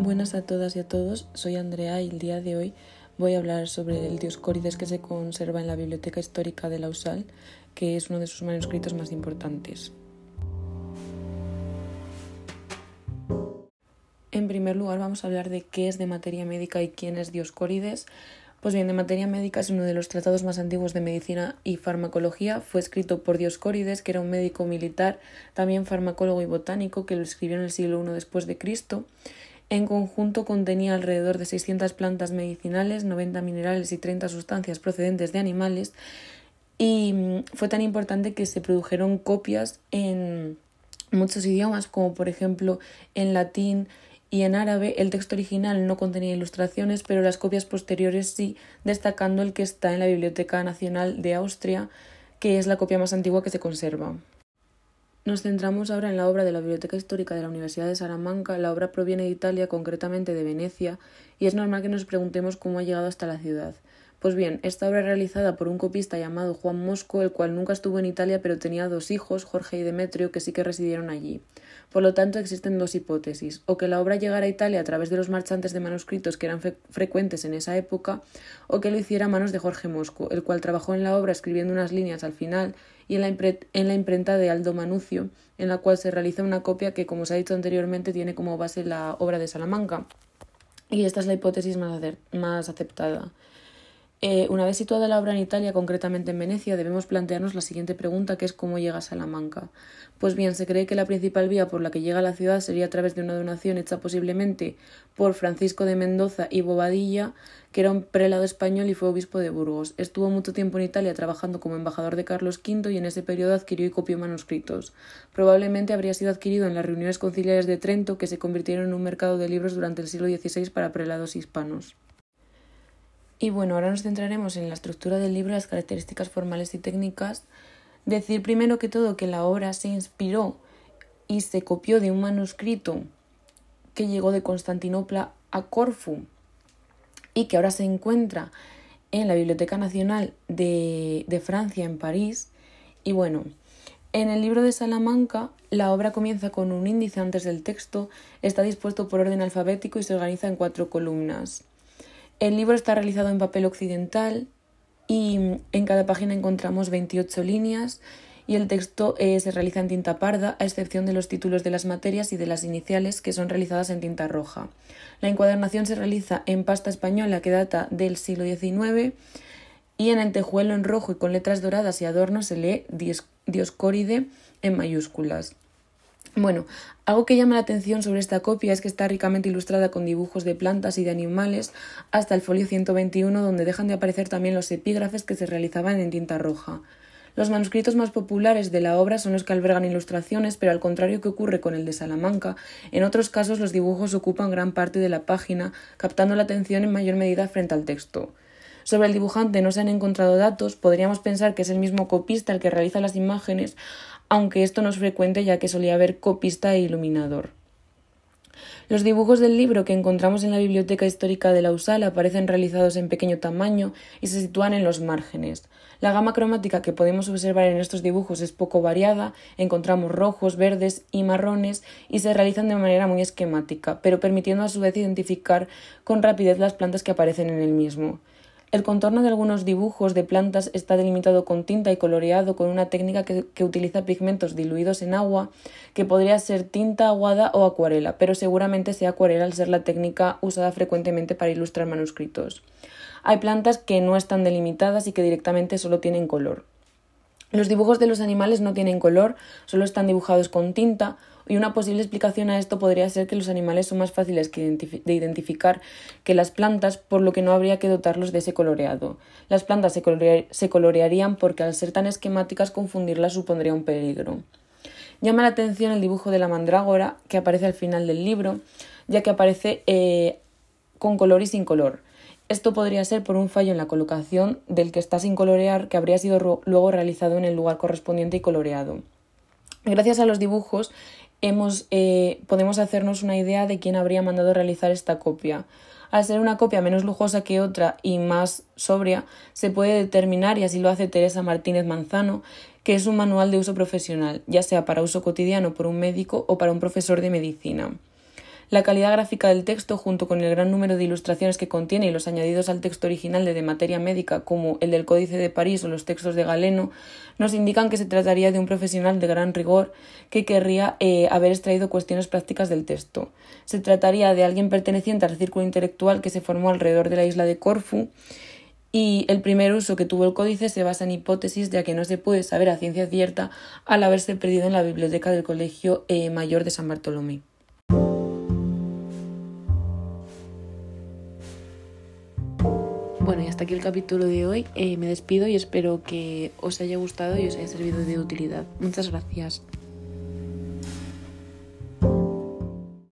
Buenas a todas y a todos, soy Andrea y el día de hoy voy a hablar sobre el Dioscórides que se conserva en la Biblioteca Histórica de Lausal, que es uno de sus manuscritos más importantes. En primer lugar vamos a hablar de qué es de materia médica y quién es Dioscórides. Pues bien, de materia médica es uno de los tratados más antiguos de medicina y farmacología. Fue escrito por Dioscórides, que era un médico militar, también farmacólogo y botánico, que lo escribió en el siglo I después de Cristo. En conjunto contenía alrededor de 600 plantas medicinales, 90 minerales y 30 sustancias procedentes de animales, y fue tan importante que se produjeron copias en muchos idiomas, como por ejemplo en latín y en árabe. El texto original no contenía ilustraciones, pero las copias posteriores sí, destacando el que está en la Biblioteca Nacional de Austria, que es la copia más antigua que se conserva. Nos centramos ahora en la obra de la Biblioteca Histórica de la Universidad de Salamanca. La obra proviene de Italia, concretamente de Venecia, y es normal que nos preguntemos cómo ha llegado hasta la ciudad. Pues bien, esta obra es realizada por un copista llamado Juan Mosco, el cual nunca estuvo en Italia, pero tenía dos hijos, Jorge y Demetrio, que sí que residieron allí. Por lo tanto, existen dos hipótesis: o que la obra llegara a Italia a través de los marchantes de manuscritos que eran frecuentes en esa época, o que lo hiciera a manos de Jorge Mosco, el cual trabajó en la obra escribiendo unas líneas al final y en la imprenta de Aldo Manucio, en la cual se realiza una copia que, como se ha dicho anteriormente, tiene como base la obra de Salamanca. Y esta es la hipótesis más aceptada. Una vez situada la obra en Italia, concretamente en Venecia, debemos plantearnos la siguiente pregunta, que es ¿cómo llega a Salamanca? Pues bien, se cree que la principal vía por la que llega a la ciudad sería a través de una donación hecha posiblemente por Francisco de Mendoza y Bobadilla, que era un prelado español y fue obispo de Burgos. Estuvo mucho tiempo en Italia trabajando como embajador de Carlos V y en ese periodo adquirió y copió manuscritos. Probablemente habría sido adquirido en las reuniones conciliares de Trento, que se convirtieron en un mercado de libros durante el siglo XVI para prelados hispanos. Y bueno, ahora nos centraremos en la estructura del libro, las características formales y técnicas. Decir primero que todo que la obra se inspiró y se copió de un manuscrito que llegó de Constantinopla a Corfú y que ahora se encuentra en la Biblioteca Nacional de Francia, en París. Y bueno, en el libro de Salamanca la obra comienza con un índice antes del texto, está dispuesto por orden alfabético y se organiza en 4 columnas. El libro está realizado en papel occidental y en cada página encontramos 28 líneas y el texto se realiza en tinta parda, a excepción de los títulos de las materias y de las iniciales, que son realizadas en tinta roja. La encuadernación se realiza en pasta española que data del siglo XIX y en el tejuelo en rojo y con letras doradas y adornos se lee Dioscóride en mayúsculas. Bueno, algo que llama la atención sobre esta copia es que está ricamente ilustrada con dibujos de plantas y de animales hasta el folio 121, donde dejan de aparecer también los epígrafes que se realizaban en tinta roja. Los manuscritos más populares de la obra son los que albergan ilustraciones, pero al contrario que ocurre con el de Salamanca, en otros casos los dibujos ocupan gran parte de la página, captando la atención en mayor medida frente al texto. Sobre el dibujante no se han encontrado datos, podríamos pensar que es el mismo copista el que realiza las imágenes, aunque esto no es frecuente ya que solía haber copista e iluminador. Los dibujos del libro que encontramos en la Biblioteca Histórica de Lausal aparecen realizados en pequeño tamaño y se sitúan en los márgenes. La gama cromática que podemos observar en estos dibujos es poco variada, encontramos rojos, verdes y marrones y se realizan de manera muy esquemática, pero permitiendo a su vez identificar con rapidez las plantas que aparecen en el mismo. El contorno de algunos dibujos de plantas está delimitado con tinta y coloreado con una técnica que utiliza pigmentos diluidos en agua, que podría ser tinta aguada o acuarela, pero seguramente sea acuarela al ser la técnica usada frecuentemente para ilustrar manuscritos. Hay plantas que no están delimitadas y que directamente solo tienen color. Los dibujos de los animales no tienen color, solo están dibujados con tinta, y una posible explicación a esto podría ser que los animales son más fáciles de identificar que las plantas, por lo que no habría que dotarlos de ese coloreado. Las plantas se colorearían porque al ser tan esquemáticas confundirlas supondría un peligro. Llama la atención el dibujo de la mandrágora que aparece al final del libro, ya que aparece con color y sin color. Esto podría ser por un fallo en la colocación del que está sin colorear, que habría sido luego realizado en el lugar correspondiente y coloreado. Gracias a los dibujos podemos hacernos una idea de quién habría mandado realizar esta copia. Al ser una copia menos lujosa que otra y más sobria, se puede determinar, y así lo hace Teresa Martínez Manzano, que es un manual de uso profesional, ya sea para uso cotidiano por un médico o para un profesor de medicina. La calidad gráfica del texto, junto con el gran número de ilustraciones que contiene y los añadidos al texto original de materia médica, como el del Códice de París o los textos de Galeno, nos indican que se trataría de un profesional de gran rigor que querría haber extraído cuestiones prácticas del texto. Se trataría de alguien perteneciente al círculo intelectual que se formó alrededor de la isla de Corfú, y el primer uso que tuvo el códice se basa en hipótesis, ya que no se puede saber a ciencia cierta al haberse perdido en la biblioteca del Colegio Mayor de San Bartolomé. Bueno, y hasta aquí el capítulo de hoy. Me despido y espero que os haya gustado y os haya servido de utilidad. Muchas gracias.